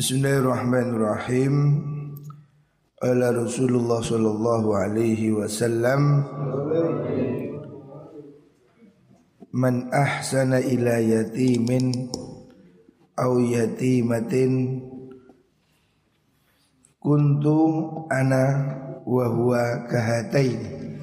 Bismillahirrahmanirrahim. Ala Rasulullah sallallahu alaihi wasallam, man ahsana ila yatimin aw yatimatin kuntu ana wa huwa kahatain.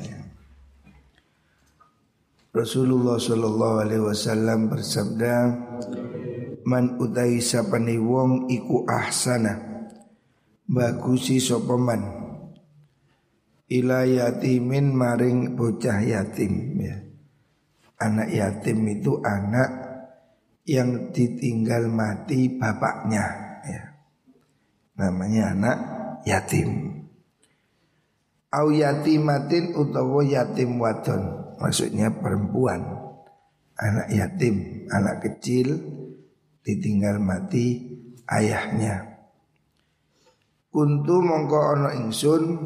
Rasulullah sallallahu alaihi wasallam bersabda, man utai sapane wong iku ahsana bagusi sapa man ila yatimin maring bocah yatim ya. Anak yatim itu anak yang ditinggal mati bapaknya ya. Namanya anak yatim. Au yatimatin utawa yatim wadon, maksudnya perempuan. Anak yatim, anak kecil ditinggal mati ayahnya. Kuntu mongko ana ingsun,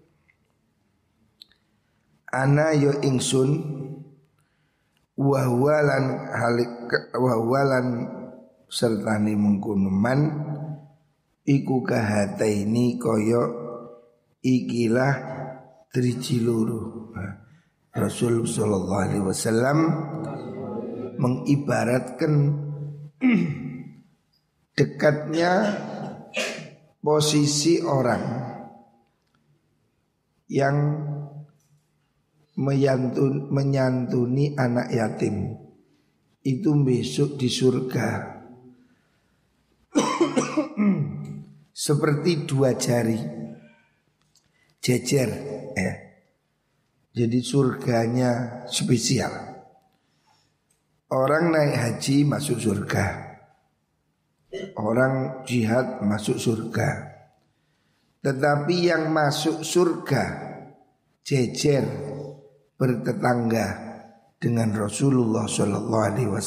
ana yo ingsun, wahwalan sertani mengkono man iku kahataini koyo ikilah driji loro. Rasul sallallahu alaihi wasallam mengibaratkan dekatnya posisi orang yang menyantuni anak yatim itu besok di surga seperti dua jari jejer ya. Jadi surganya spesial. Orang naik haji masuk surga, orang jihad masuk surga. Tetapi yang masuk surga jejer bertetangga dengan Rasulullah SAW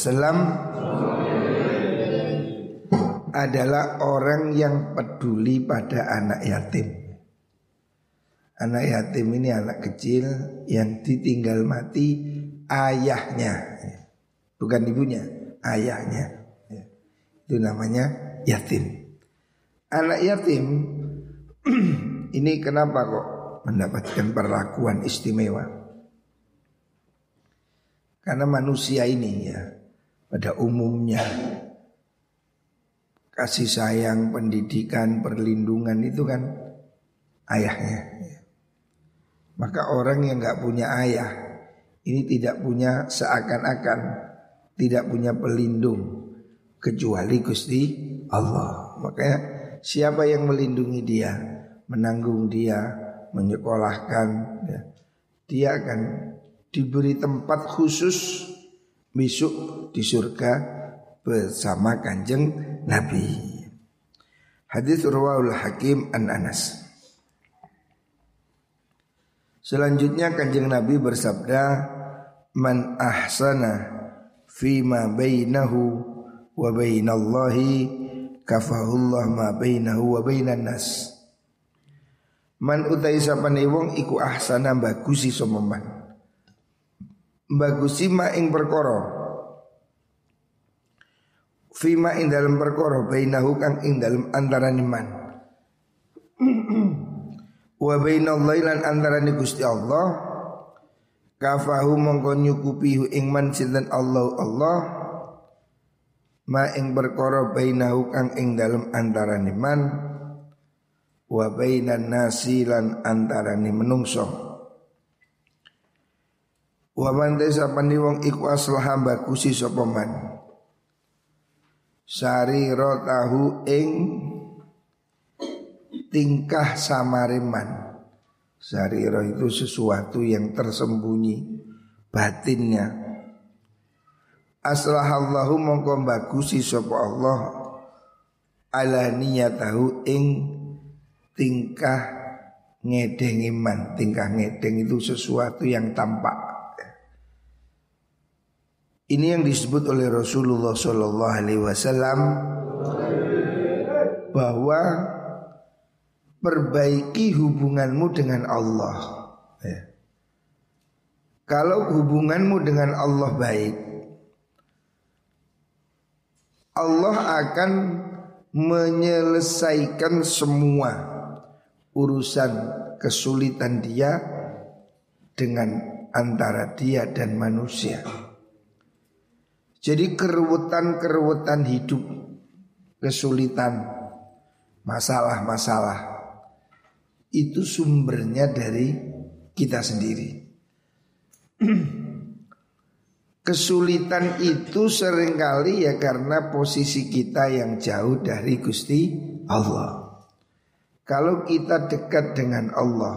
adalah orang yang peduli pada anak yatim. Anak yatim ini anak kecil yang ditinggal mati ayahnya, bukan ibunya, ayahnya. Itu namanya yatim. Anak yatim ini kenapa kok mendapatkan perlakuan istimewa? Karena manusia ini ya pada umumnya kasih sayang, pendidikan, perlindungan itu kan ayahnya. Maka orang yang gak punya ayah ini tidak punya, seakan-akan tidak punya pelindung kecuali Gusti Allah. Makanya siapa yang melindungi dia, menanggung dia, menyekolahkan ya, dia akan diberi tempat khusus besok di surga bersama Kanjeng Nabi. Hadis Rawahul Hakim an Anas. Selanjutnya Kanjeng Nabi bersabda, man ahsana fima bainahu wa bainallahi kafahullah ma bainahu wa bainan nas. Man utai sapane wong iku ahsana bagusi sapa man. Bagusi ma ing perkara. Fima ing dalam perkara bainahu kang ing dalam antarané man. Wa bainallahi lan antarané Gusti Allah, kafahu mongko nyukupi ing man sinten Allah ma ing perkara bainahu kang ing dalem antarané man wa bainan nasi lan antarané menungso. Wa man desapani wong iku aslaha bagusi sapa man sariratahu ing tingkah samareman. Sarira itu sesuatu yang tersembunyi batinnya. Aslahallahu mongko bagusi sapa Allah alaniyatahu ing tingkah ngedeng iman. Tingkah ngedeng itu sesuatu yang tampak. Ini yang disebut oleh Rasulullah SAW bahwa perbaiki hubunganmu dengan Allah ya. Kalau hubunganmu dengan Allah baik, Allah akan menyelesaikan semua urusan kesulitan dia dengan antara dia dan manusia. Jadi keruwetan hidup, kesulitan, masalah-masalah itu sumbernya dari kita sendiri. Kesulitan itu seringkali ya karena posisi kita yang jauh dari Gusti Allah. Kalau kita dekat dengan Allah,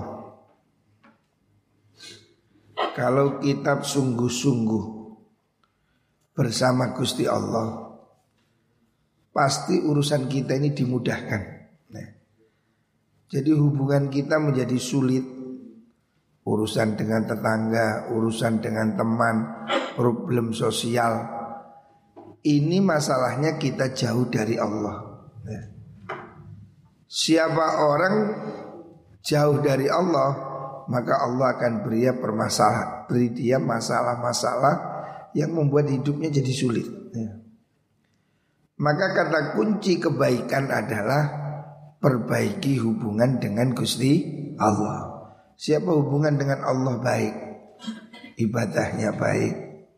kalau kita sungguh-sungguh bersama Gusti Allah, pasti urusan kita ini dimudahkan. Nah, jadi hubungan kita menjadi sulit. Urusan dengan tetangga, urusan dengan teman, problem sosial. Ini masalahnya kita jauh dari Allah. Nah, siapa orang jauh dari Allah, maka Allah akan beri dia masalah-masalah yang membuat hidupnya jadi sulit. Nah, maka kata kunci kebaikan adalah perbaiki hubungan dengan Gusti Allah. Siapa hubungan dengan Allah baik, ibadahnya baik,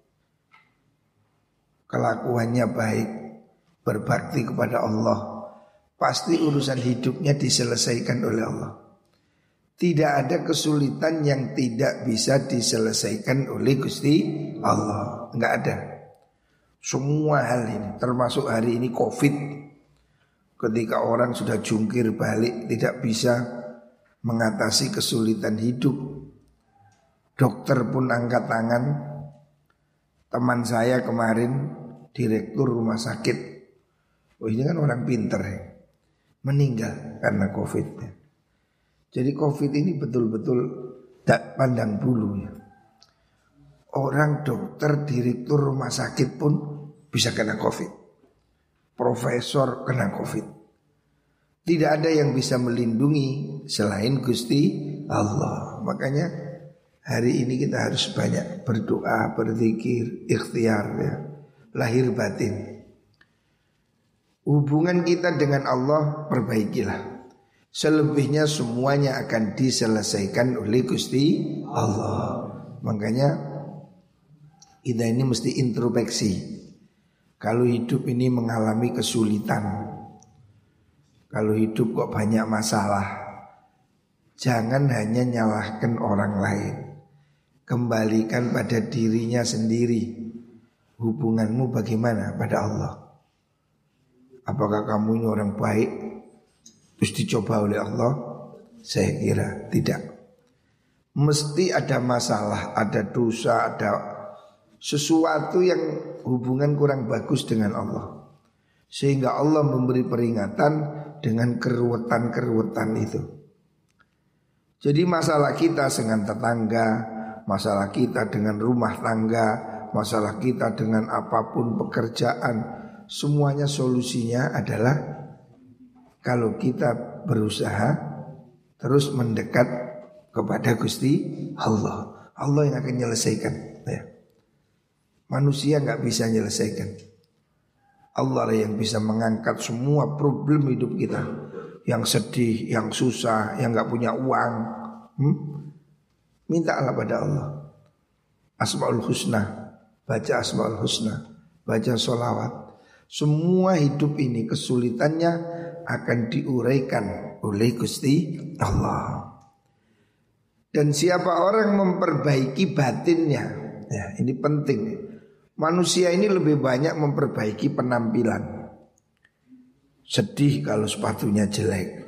kelakuannya baik, berbakti kepada Allah, pasti urusan hidupnya diselesaikan oleh Allah. Tidak ada kesulitan yang tidak bisa diselesaikan oleh Gusti Allah. Enggak ada. Semua hal ini, termasuk hari ini COVID, ketika orang sudah jungkir balik, tidak bisa mengatasi kesulitan hidup, dokter pun angkat tangan. Teman saya kemarin, direktur rumah sakit, oh ini kan orang pinter ya, meninggal karena COVID. Jadi COVID ini betul-betul tak pandang bulu ya. Orang dokter, direktur rumah sakit pun bisa kena COVID. Profesor kena COVID. Tidak ada yang bisa melindungi selain Gusti Allah. Makanya hari ini kita harus banyak berdoa, berzikir, ikhtiar ya, lahir batin. Hubungan kita dengan Allah perbaikilah. Selebihnya semuanya akan diselesaikan oleh Gusti Allah. Makanya kita ini mesti introspeksi. Kalau hidup ini mengalami kesulitan, kalau hidup kok banyak masalah, jangan hanya nyalahkan orang lain. Kembalikan pada dirinya sendiri. Hubunganmu bagaimana pada Allah? Apakah kamu ini orang baik terus dicoba oleh Allah? Saya kira tidak. Mesti ada masalah, ada dosa, ada sesuatu yang hubungan kurang bagus dengan Allah, sehingga Allah memberi peringatan dengan keruwetan-keruwetan itu. Jadi masalah kita dengan tetangga, masalah kita dengan rumah tangga, masalah kita dengan apapun pekerjaan, semuanya solusinya adalah kalau kita berusaha terus mendekat kepada Gusti Allah. Allah yang akan menyelesaikan ya. Manusia gak bisa menyelesaikan. Allah lah yang bisa mengangkat semua problem hidup kita. Yang sedih, yang susah, yang gak punya uang, mintalah pada Allah. Asmaul Husna, baca Asmaul Husna, baca sholawat. Semua hidup ini kesulitannya akan diuraikan oleh Gusti Allah. Dan siapa orang memperbaiki batinnya, ya ini penting. Manusia ini lebih banyak memperbaiki penampilan. Sedih kalau sepatunya jelek,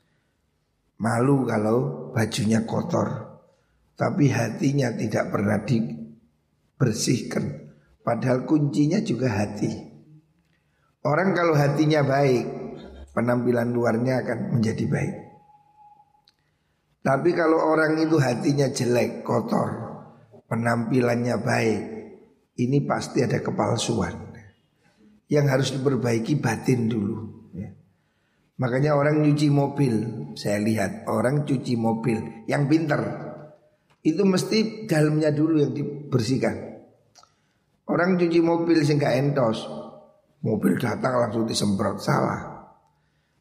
malu kalau bajunya kotor, tapi hatinya tidak pernah dibersihkan. Padahal kuncinya juga hati. Orang kalau hatinya baik, penampilan luarnya akan menjadi baik. Tapi kalau orang itu hatinya jelek, kotor, penampilannya baik, ini pasti ada kepalsuan. Yang harus diperbaiki batin dulu ya. Makanya orang nyuci mobil, saya lihat orang cuci mobil yang pintar, itu mesti dalamnya dulu yang dibersihkan. Orang cuci mobil sehingga entos, mobil datang langsung disemprot, salah.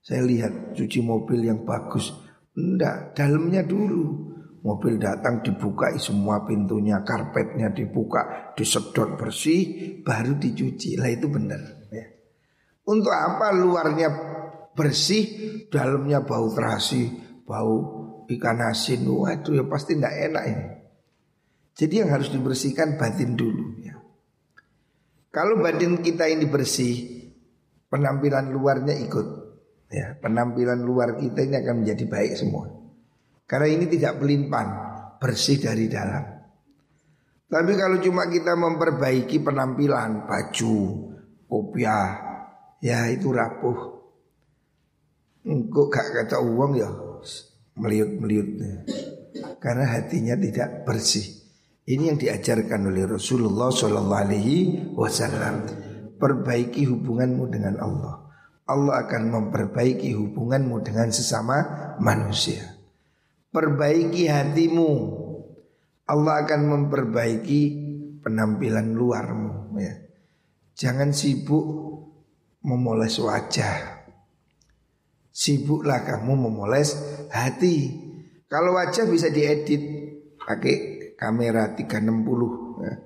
Saya lihat cuci mobil yang bagus. Enggak, dalamnya dulu. Mobil datang dibuka semua pintunya, karpetnya dibuka, disedot bersih, baru dicuci. Lah itu benar ya. Untuk apa luarnya bersih, dalamnya bau terasi, bau ikan asin. Waduh ya pasti enggak enak ini. Jadi yang harus dibersihkan batin dulu ya. Kalau batin kita ini bersih, penampilan luarnya ikut ya. Penampilan luar kita ini akan menjadi baik semua. Karena ini tidak pelimpan, bersih dari dalam. Tapi kalau cuma kita memperbaiki penampilan, baju, kopiah, ya itu rapuh. Engkau gak kata uang ya meliut-meliut. Karena hatinya tidak bersih. Ini yang diajarkan oleh Rasulullah SAW. Perbaiki hubunganmu dengan Allah. Allah akan memperbaiki hubunganmu dengan sesama manusia. Perbaiki hatimu, Allah akan memperbaiki penampilan luarmu ya. Jangan sibuk memoles wajah. Sibuklah kamu memoles hati. Kalau wajah bisa diedit pakai kamera 360 ya.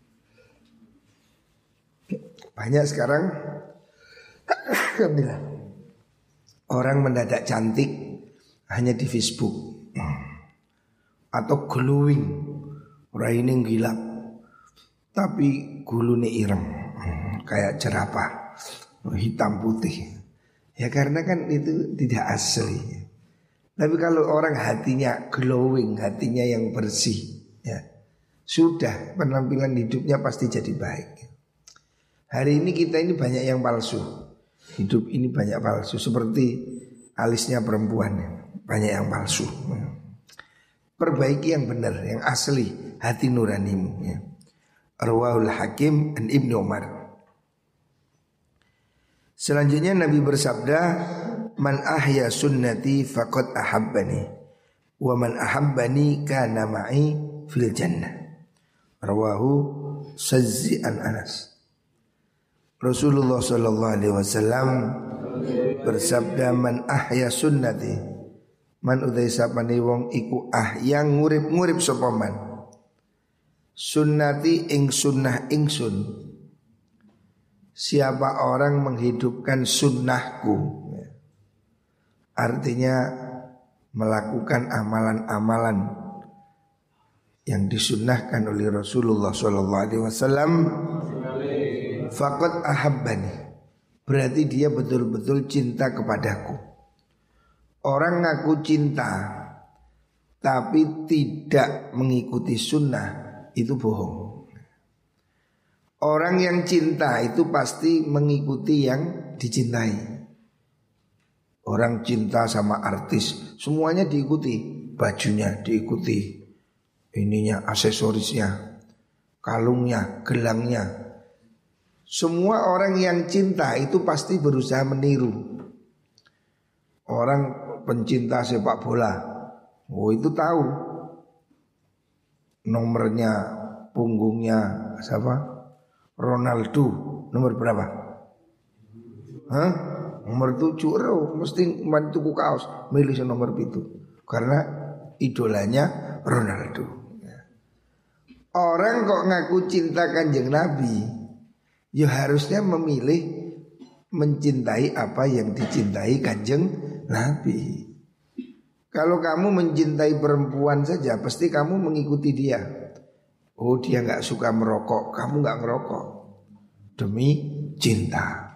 Banyak sekarang orang mendadak cantik hanya di Facebook atau glowing, raining gila, tapi gulune ireng, kayak jerapah, hitam putih. Ya karena kan itu tidak asli. Tapi kalau orang hatinya glowing, hatinya yang bersih, ya sudah penampilan hidupnya pasti jadi baik. Hari ini kita ini banyak yang palsu. Hidup ini banyak palsu. Seperti alisnya perempuan, banyak yang palsu. Perbaiki yang benar, yang asli, hati nuranimu ya. Rawahul Hakim an Ibnu Umar. Selanjutnya Nabi bersabda, man ahya sunnati faqad ahabbani, wa man ahabbani kana ma'i fil jannah. Rawahu Sazzi an Anas. Rasulullah sallallahu alaihi wasallam bersabda, man ahya sunnati, man utai sapane wong iku yang ngurip-ngurip sapa man sunnati ing sunnah ingsun. Siapa orang menghidupkan sunnahku, artinya melakukan amalan-amalan yang disunnahkan oleh Rasulullah sallallahu alaihi wasallam, faqad ahabbani, berarti dia betul-betul cinta kepadaku. Orang ngaku cinta tapi tidak mengikuti sunnah, itu bohong. Orang yang cinta itu pasti mengikuti yang dicintai. Orang cinta sama artis, semuanya diikuti. Bajunya diikuti, ininya, aksesorisnya, kalungnya, gelangnya. Semua orang yang cinta itu pasti berusaha meniru. Orang pencinta sepak bola, oh itu tahu nomornya, punggungnya siapa? Ronaldo nomor berapa? Hah? Nomor 7, mesti main tuku kaos, milih nomor itu karena idolanya Ronaldo. Orang kok ngaku cinta Kanjeng Nabi, ya harusnya memilih mencintai apa yang dicintai Kanjeng Nabi. Kalau kamu mencintai perempuan saja, pasti kamu mengikuti dia. Oh dia gak suka merokok, kamu gak ngerokok demi cinta.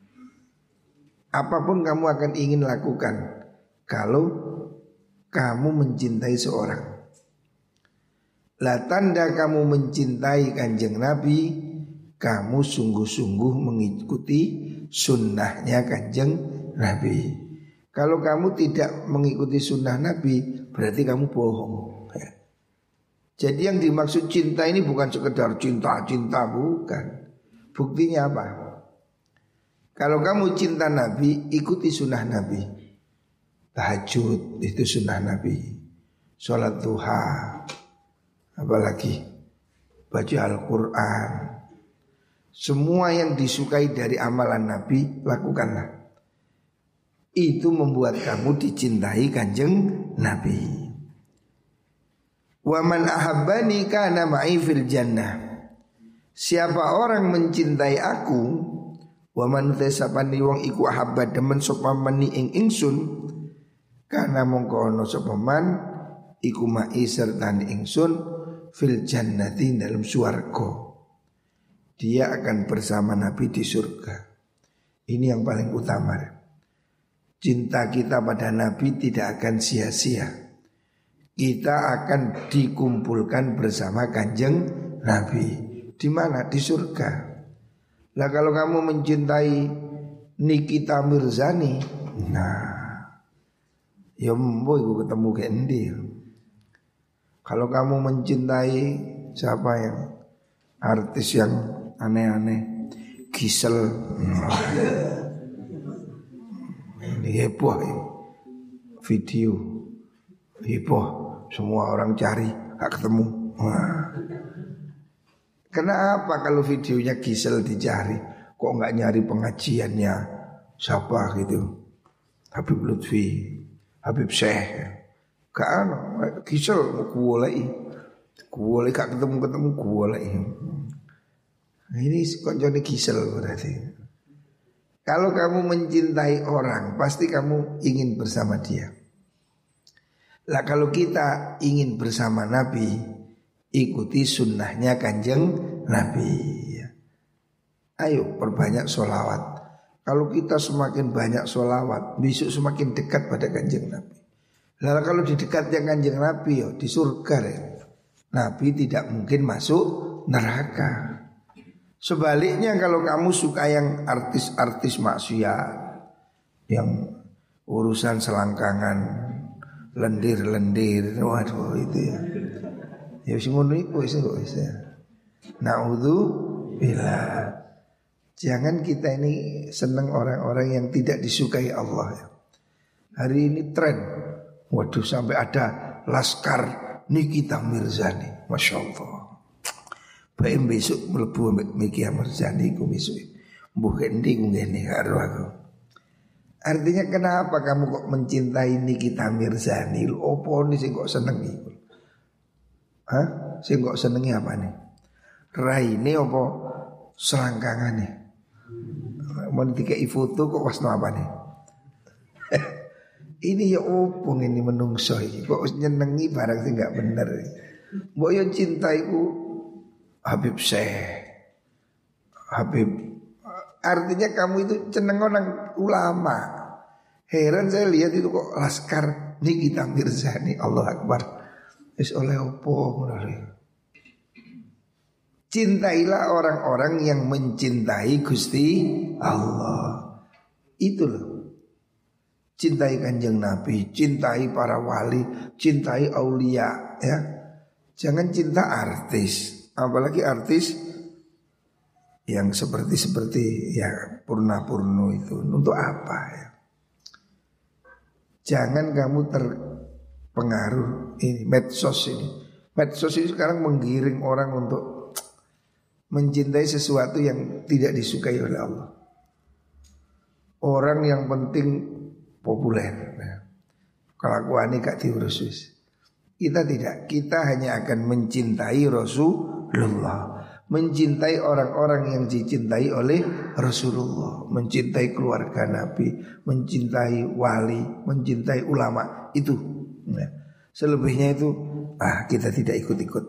Apapun kamu akan ingin lakukan kalau kamu mencintai seorang. Lah tanda kamu mencintai Kanjeng Nabi, kamu sungguh-sungguh mengikuti sunnahnya Kanjeng Nabi. Kalau kamu tidak mengikuti sunnah Nabi, berarti kamu bohong. Jadi yang dimaksud cinta ini bukan sekedar cinta-cinta, bukan. Buktinya apa? Kalau kamu cinta Nabi, ikuti sunnah Nabi. Tahajud itu sunnah Nabi. Sholat duha, apalagi baca Al-Quran. Semua yang disukai dari amalan Nabi, lakukanlah. Itu membuat kamu dicintai Kanjeng Nabi. Wa man ahabbani kana ma'i fil jannah. Siapa orang mencintai aku, wa man tasapani wong iku ahabba demen sapa mani ing ingsun, kana mongko ana sapa man iku ma'i sertane ingsun fil jannati dalam swarga. Dia akan bersama Nabi di surga. Ini yang paling utama. Cinta kita pada Nabi tidak akan sia-sia. Kita akan dikumpulkan bersama Kanjeng Nabi. Di mana? Di surga. Lah kalau kamu mencintai Nikita Mirzani, nah, ya mbok iku ketemu ke endi. Kalau kamu mencintai siapa yang artis yang aneh-aneh, Gisel, ini heboh ya. Video heboh, semua orang cari, gak ketemu. Kenapa kalau videonya Gisel dicari, kok gak nyari pengajiannya siapa gitu, Habib Lutfi, Habib Syekh, gak ada. Gisel kuwolai gak ketemu kuwolai. Ini kok jadi Gisel berarti. Kalau kamu mencintai orang, pasti kamu ingin bersama dia. Lah kalau kita ingin bersama Nabi, ikuti sunnahnya Kanjeng Nabi. Ayo perbanyak sholawat. Kalau kita semakin banyak sholawat, besok semakin dekat pada Kanjeng Nabi. Lalu kalau di dekatnya Kanjeng Nabi, di surga Nabi tidak mungkin masuk neraka. Sebaliknya kalau kamu suka yang artis-artis maksiat, yang urusan selangkangan, lendir-lendir, waduh itu ya. Ya wis ngono iku wis kok wis. Naudzubillah. Jangan kita ini senang orang-orang yang tidak disukai Allah ya. Hari ini tren. Waduh sampai ada laskar Nikita Mirzani. Masya Allah. Baik besok melebu Nikita Mirzani ku besok. Mbuh kendi ku ngene karo aku. Artinya kenapa kamu kok mencintai Nikita Mirzani? Opo nih sing kok seneng iku? Hah? Sing kok senengi apa nih? Raine apa selangkangane? Mau dikai foto kok wasno apa nih? Ini ya opo ini menungso iki kok nyenengi barang sing gak bener. Mbok yo cintaiku Habib Syekh, Habib, artinya kamu itu ceneng orang ulama. Heran saya lihat itu kok laskar Nikita Mirzani, Allah Akbar. Wis oleh opo ngono. Cintailah orang-orang yang mencintai Gusti Allah. Itu loh. Cintai Kanjeng Nabi, cintai para wali, cintai aulia ya. Jangan cinta artis. Apalagi artis yang seperti ya purna-purno itu. Untuk apa ya? Jangan kamu terpengaruh ini medsos ini. Medsos ini sekarang menggiring orang untuk mencintai sesuatu yang tidak disukai oleh Allah. Orang yang penting populer. Kelakuannya gak diurus. Kita tidak. Kita hanya akan mencintai Rasulullah, mencintai orang-orang yang dicintai oleh Rasulullah, mencintai keluarga Nabi, mencintai wali, mencintai ulama. Itu selebihnya itu kita tidak ikut-ikut.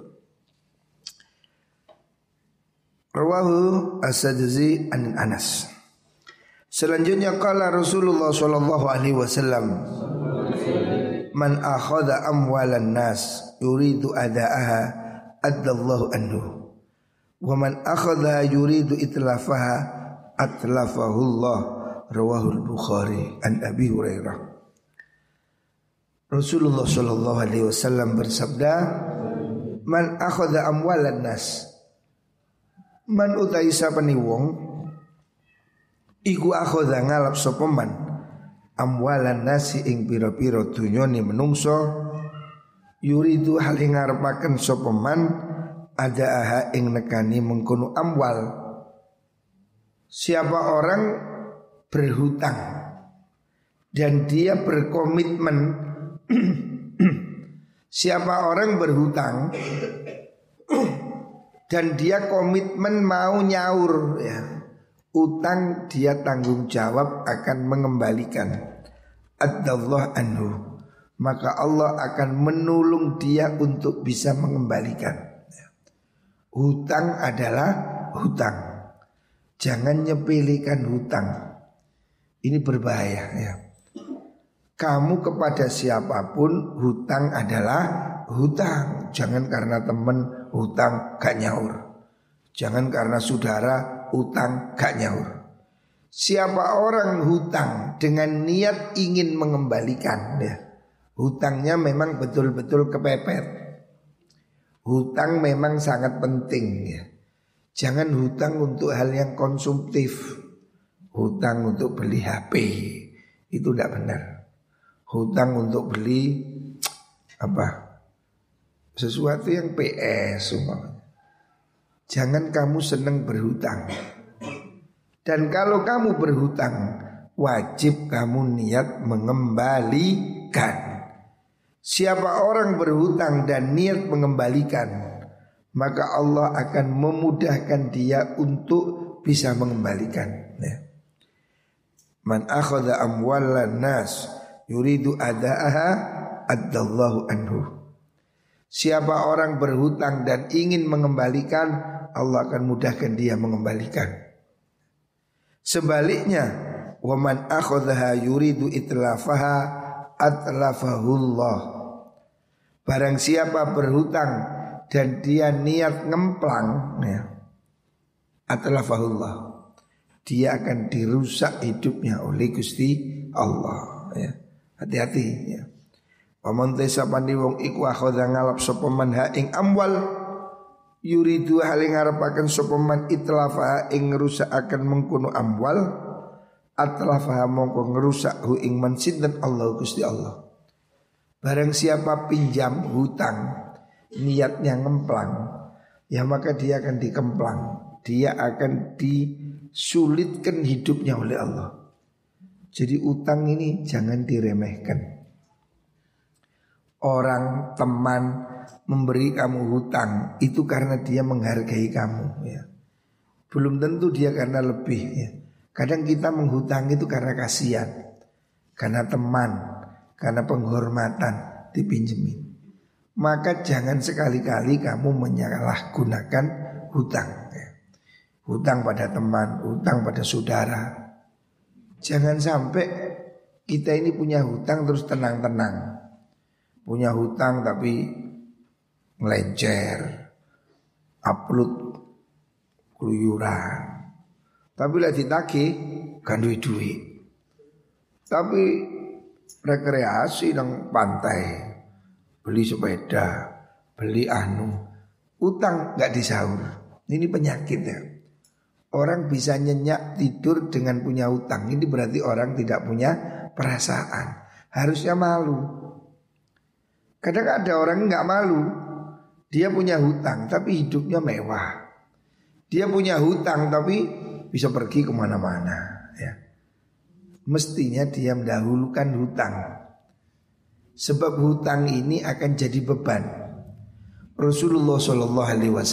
Rawahu As-Sajzi an Anas. Selanjutnya qala Rasulullah sallallahu alaihi wasallam, man akhadha amwalan nas yuridu adaaha addallahu anhu wa man akhadha yuridu itlafaha atlafahu Allah. Rawahul Bukhari an Abi Hurairah. Rasulullah sallallahu alaihi wasallam bersabda, man akhadha amwalan nas, man utai sapani wong iku akhadha ngalap sapa man amwalan nasi ing pira-pira dunyane menungso yuridu hal ing ngarepaken sapa man adaaha ing nekani mengkono amwal. Siapa orang berhutang dan dia berkomitmen. Siapa orang berhutang dan dia komitmen mau nyaur ya, utang dia tanggung jawab akan mengembalikan. Adallah anhu, maka Allah akan menolong dia untuk bisa mengembalikan. Hutang adalah hutang. Jangan nyepelekan hutang. Ini berbahaya ya. Kamu kepada siapapun hutang adalah hutang. Jangan karena teman hutang gak nyaur. Jangan karena saudara hutang gak nyaur. Siapa orang hutang dengan niat ingin mengembalikan ya, hutangnya memang betul-betul kepepet. Hutang memang sangat penting ya. Jangan hutang untuk hal yang konsumtif. Hutang untuk beli HP itu tidak benar. Hutang untuk beli sesuatu yang PS umpamanya. Jangan kamu senang berhutang. Dan kalau kamu berhutang, wajib kamu niat mengembalikan. Siapa orang berhutang dan niat mengembalikan, maka Allah akan memudahkan dia untuk bisa mengembalikan ya. Man akhadha amwalan nas yuridu adaaha addallahu anhu. Siapa orang berhutang dan ingin mengembalikan, Allah akan mudahkan dia mengembalikan. Sebaliknya, wa man akhadha yuridu itlafaha atlafahullah. Barang siapa berhutang dan dia niat ngemplang ya, atlafahullah, dia akan dirusak hidupnya oleh Gusti Allah ya. Hati-hati ya. Paman desa pandi wong iku akhadha ngalap sapa man ha ing amwal yuridu hal ing ngarepaken sapa man itlafa ing ngerusakaken mengkono amwal, atlafa mongko ngerusak hu ing man sinten Allah Gusti Allah. Barang siapa pinjam hutang niatnya ngemplang, ya maka dia akan dikemplang. Dia akan disulitkan hidupnya oleh Allah. Jadi utang ini jangan diremehkan. Orang teman memberi kamu hutang itu karena dia menghargai kamu ya. Belum tentu dia karena lebih ya. Kadang kita menghutang itu karena kasihan, karena teman, karena penghormatan dipinjemin. Maka jangan sekali-kali kamu menyalahgunakan hutang ya. Hutang pada teman, hutang pada saudara. Jangan sampai kita ini punya hutang terus tenang-tenang. Punya hutang tapi melencer, upload keluyuran. Tapi lah ditagih kan duit. Tapi rekreasi nang pantai, beli sepeda, beli utang gak disaur. Ini penyakit ya. Orang bisa nyenyak tidur dengan punya hutang. Ini berarti orang tidak punya perasaan. Harusnya malu. Kadang ada orang nggak malu. Dia punya hutang tapi hidupnya mewah. Dia punya hutang tapi bisa pergi kemana-mana ya. Mestinya dia mendahulukan hutang. Sebab hutang ini akan jadi beban. Rasulullah SAW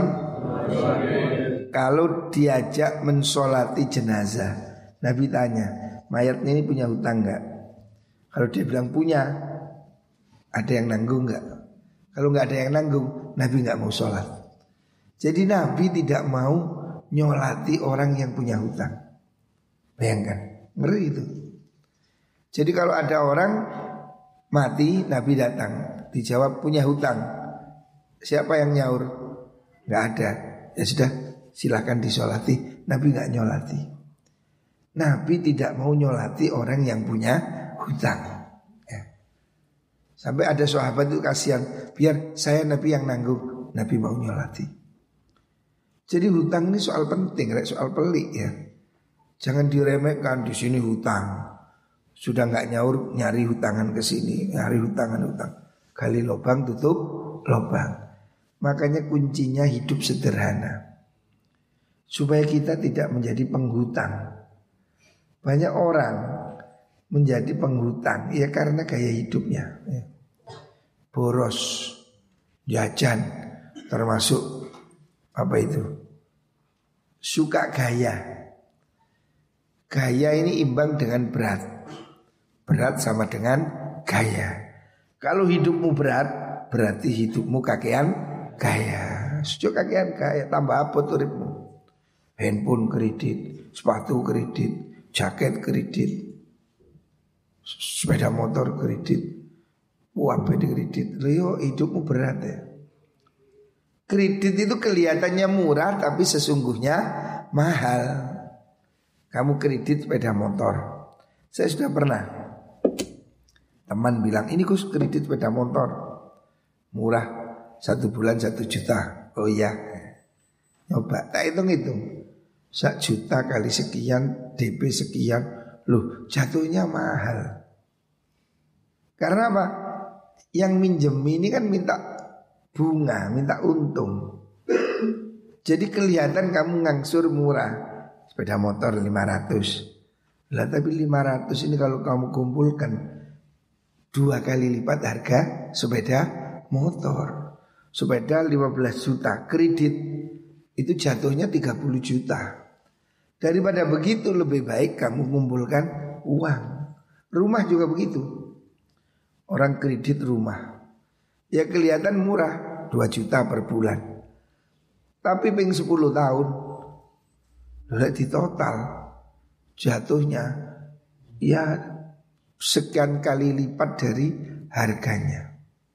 kalau diajak mensolati jenazah, Nabi tanya, mayatnya ini punya hutang enggak? Kalau dia bilang punya, ada yang nanggung enggak? Kalau enggak ada yang nanggung, Nabi enggak mau sholat. Jadi Nabi tidak mau nyolati orang yang punya hutang. Bayangkan, ngeri itu. Jadi kalau ada orang mati, Nabi datang, dijawab punya hutang. Siapa yang nyaur? Enggak ada. Ya sudah, silakan disolati. Nabi enggak nyolati. Nabi tidak mau nyolati orang yang punya hutang ya. Sampai ada sahabat itu kasihan, biar saya Nabi yang nanggung. Nabi mau nyolati. Jadi hutang ini soal penting, soal pelik ya. Jangan diremehkan, di sini hutang. Sudah enggak nyaur, nyari hutangan ke sini, nyari hutang. Gali lubang, tutup lubang. Makanya kuncinya hidup sederhana, supaya kita tidak menjadi penghutang. Banyak orang menjadi penghutang? Ya karena gaya hidupnya ya. Boros, jajan, termasuk apa itu? Suka gaya. Gaya ini imbang dengan berat. Berat sama dengan gaya. Kalau hidupmu berat, berarti hidupmu kakean gaya. Sujo kakean gaya, tambah apa uripmu? Handphone kredit, sepatu kredit, jaket kredit, sepeda motor kredit, apa di kredit? Loh, hidupmu berat ya. Kredit itu kelihatannya murah tapi sesungguhnya mahal. Kamu kredit sepeda motor. Saya sudah pernah. Teman bilang, ini Gus kredit sepeda motor. Murah, 1 bulan 1 juta. Oh iya. Coba, tak hitung-hitung. 1 juta kali sekian, DP sekian. Loh, jatuhnya mahal. Karena apa? Yang minjem ini kan minta bunga, minta untung. Jadi kelihatan kamu ngangsur murah. Sepeda motor 500. Lah tapi 500 ini kalau kamu kumpulkan 2 kali lipat harga sepeda motor. Sepeda 15 juta, kredit itu jatuhnya 30 juta. Daripada begitu lebih baik kamu kumpulkan uang. Rumah juga begitu. Orang kredit rumah, ya kelihatan murah 2 juta per bulan. Tapi ping 10 tahun udah di total jatuhnya ya sekian kali lipat dari harganya.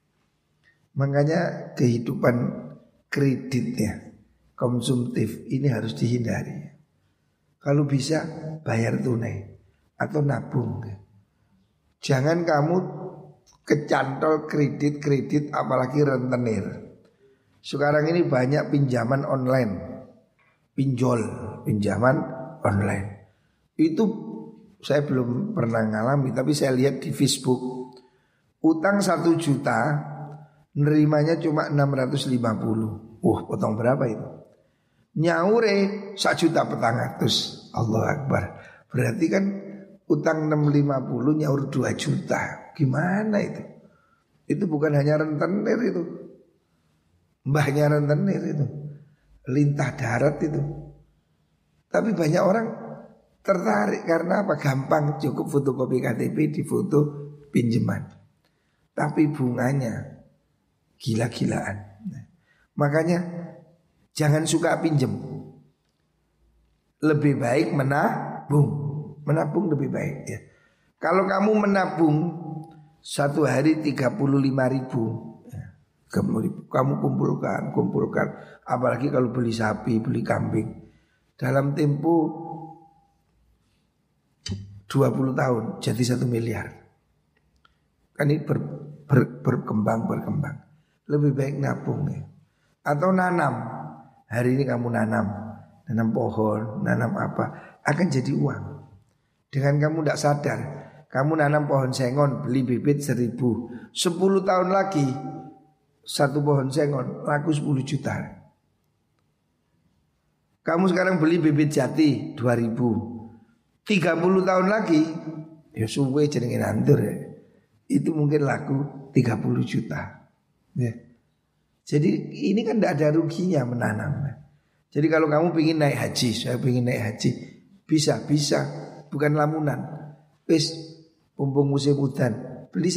Makanya kehidupan kreditnya konsumtif ini harus dihindari. Kalau bisa bayar tunai atau nabung. Jangan kamu kecantol kredit apalagi rentenir. Sekarang ini banyak pinjaman online. Pinjaman online. Itu saya belum pernah ngalami, tapi saya lihat di Facebook. Utang 1 juta, nerimanya cuma 650. Potong berapa itu? Nyaure 1,4 juta. Allah Akbar. Berarti kan utang 650 nyaur 2 juta. Gimana itu? Itu bukan hanya rentenir itu. Mbahnya rentenir itu. Lintah darat itu. Tapi banyak orang tertarik karena apa? Gampang, cukup fotokopi KTP di foto pinjaman. Tapi bunganya gila-gilaan. Makanya jangan suka pinjem. Lebih baik menabung. Menabung lebih baik ya. Kalau kamu menabung 1 hari 35.000 kamu kumpulkan. Apalagi kalau beli sapi, beli kambing. Dalam tempo 20 tahun jadi 1 miliar. Kan ini berkembang. Lebih baik nabung ya. Atau nanam. Hari ini kamu nanam pohon, nanam apa, akan jadi uang. Dengan kamu tidak sadar, kamu nanam pohon sengon, beli bibit 1.000. 10 tahun lagi 1 pohon sengon laku 10 juta. Kamu sekarang beli bibit jati 2.000. 30 tahun lagi ya suwe jenenge nandur ya. Itu mungkin laku 30 juta ya. Jadi ini kan tidak ada ruginya menanam. Jadi kalau kamu ingin naik haji, saya ingin naik haji, bisa, bukan lamunan. Wis mumpung musim hujan, beli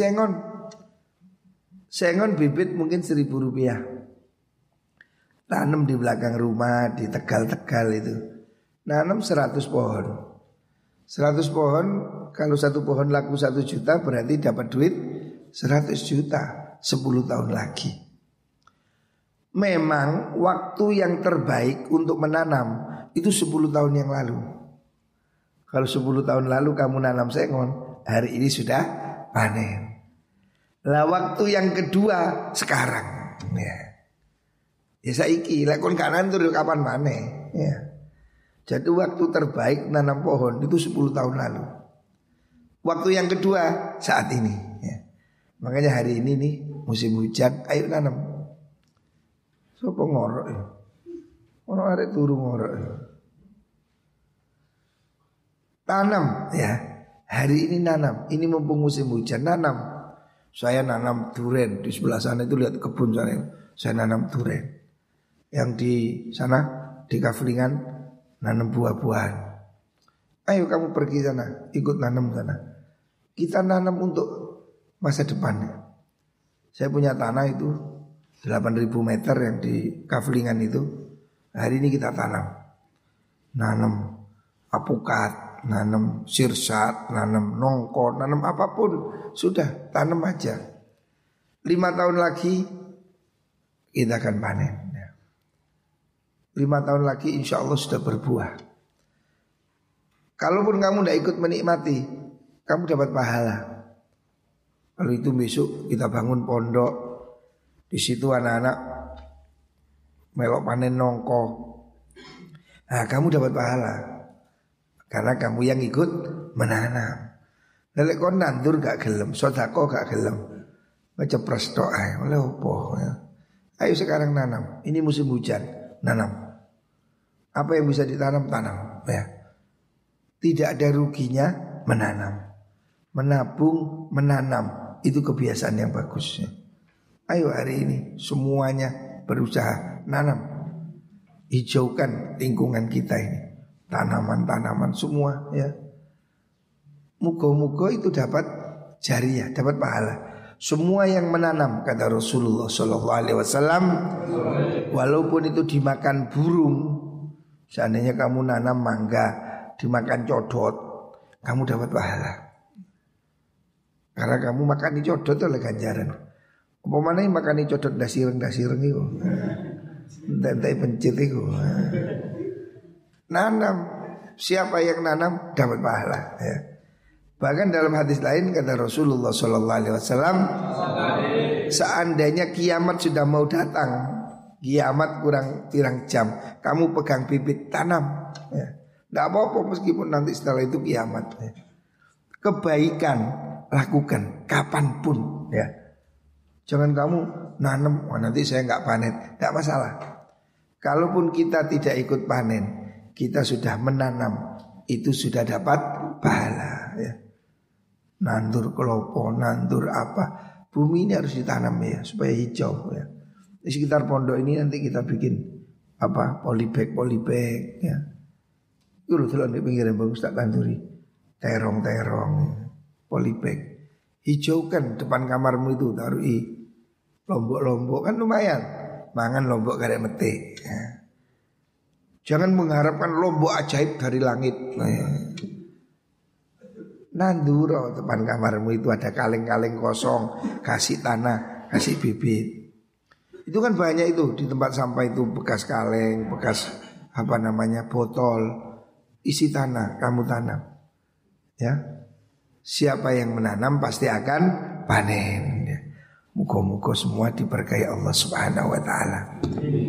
sengon bibit mungkin 1.000 rupiah. Tanam di belakang rumah di Tegal itu. Nanam 100 pohon. 100 pohon, kalau 1 pohon laku 1 juta berarti dapat duit 100 juta 10 tahun lagi. Memang waktu yang terbaik untuk menanam itu 10 tahun yang lalu. Kalau 10 tahun lalu kamu nanam sengon, hari ini sudah panen. Lah waktu yang kedua sekarang ya. Ya saiki lakon kanan tuh kapan maneh ya. Jadi waktu terbaik nanam pohon itu 10 tahun lalu. Waktu yang kedua saat ini ya. Makanya hari ini nih musim hujan, ayo nanam. Sopo ngorok ya. Ono arek turu ngorok ya. Tanam ya. Hari ini nanam, ini mumpung musim hujan nanam. Saya nanam duren di sebelah sana itu, lihat kebun sana. Saya nanam duren. Yang di sana di Kaflingan nanam buah-buahan. Ayo kamu pergi sana, ikut nanam sana. Kita nanam untuk masa depannya. Saya punya tanah itu 8.000 meter yang di Kaflingan itu. Hari ini kita tanam. Nanam apukat, nanam sirsat, nanam nongko, nanam apapun. Sudah, tanam aja. 5 tahun lagi kita akan panen. 5 tahun lagi insya Allah sudah berbuah. Kalaupun kamu tidak ikut menikmati, kamu dapat pahala. Kalau itu besok kita bangun pondok, di situ anak-anak melok panen nongko. Nah, kamu dapat pahala karena kamu yang ikut menanam. Lelek kon nandur gak gelem, sodako gak gelem, ngecepres doa, oleh opo ya. Ayo sekarang nanam. Ini musim hujan, nanam. Apa yang bisa ditanam, tanam ya. Tidak ada ruginya menanam. Menabung, menanam, itu kebiasaan yang bagus ya. Ayo hari ini semuanya berusaha nanam. Hijaukan lingkungan kita ini, tanaman-tanaman semua ya. Muga-muga itu dapat jariah, dapat pahala. Semua yang menanam, kata Rasulullah SAW, walaupun itu dimakan burung. Seandainya kamu nanam mangga, dimakan codot, kamu dapat pahala. Karena kamu makan codot oleh ganjaran. Apa mana yang makan codot dasireng itu, entai pencit itu. Nanam, siapa yang nanam dapat pahala ya. Bahkan dalam hadis lain kata Rasulullah SAW, seandainya kiamat sudah mau datang, kiamat kurang jam, kamu pegang bibit tanam ya. Tidak apa-apa meskipun nanti setelah itu kiamat ya. Kebaikan lakukan kapanpun ya. Jangan kamu nanam, nanti saya nggak panen, tidak masalah. Kalaupun kita tidak ikut panen, kita sudah menanam, itu sudah dapat pahala ya. Nandur kelopo, nandur apa, bumi ini harus ditanam ya supaya hijau ya. Di sekitar pondok ini nanti kita bikin apa, polybag ya. Itu loh di pinggiran bagus tak tanduri, terong polybag. Hijaukan depan kamarmu itu, taruhi lombok-lombok kan lumayan. Mangan lombok karek metik ya. Jangan mengharapkan lombok ajaib dari langit ya. Nanduro depan kamarmu itu ada kaleng-kaleng kosong, kasih tanah, kasih bibit. Itu kan banyak itu di tempat sampah itu, bekas kaleng, bekas apa namanya botol, isi tanah, kamu tanam ya. Siapa yang menanam pasti akan panen ya. Muka-muka semua diberkahi Allah Subhanahu wa ta'ala.